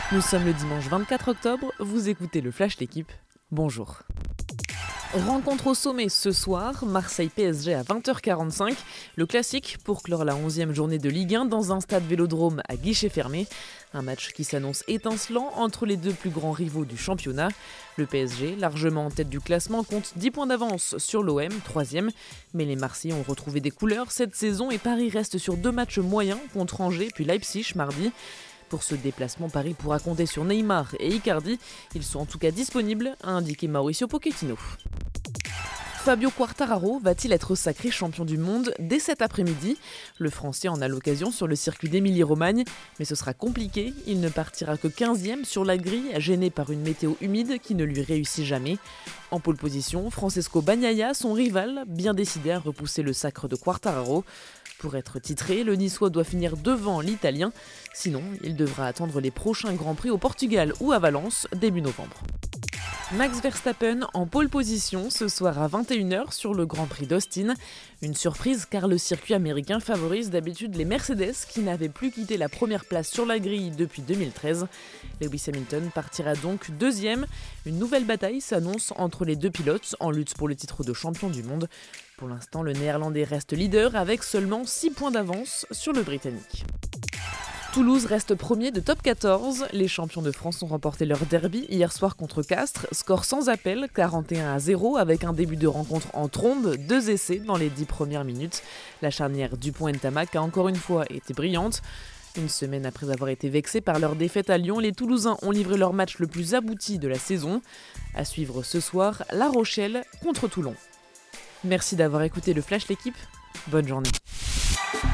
Nous sommes le dimanche 24 octobre, vous écoutez le Flash L'équipe. Bonjour. Rencontre au sommet ce soir, Marseille-PSG à 20h45, le classique pour clore la 11e journée de Ligue 1 dans un stade Vélodrome à guichet fermé. Un match qui s'annonce étincelant entre les deux plus grands rivaux du championnat. Le PSG, largement en tête du classement, compte 10 points d'avance sur l'OM, 3e. Mais les Marseillais ont retrouvé des couleurs cette saison et Paris reste sur 2 matchs moyens contre Angers puis Leipzig mardi. Pour ce déplacement, Paris pourra compter sur Neymar et Icardi. Ils sont en tout cas disponibles, a indiqué Mauricio Pochettino. Fabio Quartararo va-t-il être sacré champion du monde dès cet après-midi ? Le Français en a l'occasion sur le circuit d'Émilie-Romagne, mais ce sera compliqué. Il ne partira que 15e sur la grille, gêné par une météo humide qui ne lui réussit jamais. En pole position, Francesco Bagnaia, son rival, bien décidé à repousser le sacre de Quartararo. Pour être titré, le Niçois doit finir devant l'Italien. Sinon, il devra attendre les prochains Grands Prix au Portugal ou à Valence début novembre. Max Verstappen en pole position ce soir à 21h sur le Grand Prix d'Austin. Une surprise car le circuit américain favorise d'habitude les Mercedes qui n'avaient plus quitté la première place sur la grille depuis 2013. Lewis Hamilton partira donc deuxième. Une nouvelle bataille s'annonce entre les deux pilotes en lutte pour le titre de champion du monde. Pour l'instant, le Néerlandais reste leader avec seulement 6 points d'avance sur le Britannique. Toulouse reste premier de top 14. Les champions de France ont remporté leur derby hier soir contre Castres. Score sans appel, 41-0 avec un début de rencontre en trombe, 2 essais dans les 10 premières minutes. La charnière Dupont-Ntamak a encore une fois été brillante. Une semaine après avoir été vexés par leur défaite à Lyon, les Toulousains ont livré leur match le plus abouti de la saison. À suivre ce soir, La Rochelle contre Toulon. Merci d'avoir écouté le Flash L'équipe. Bonne journée.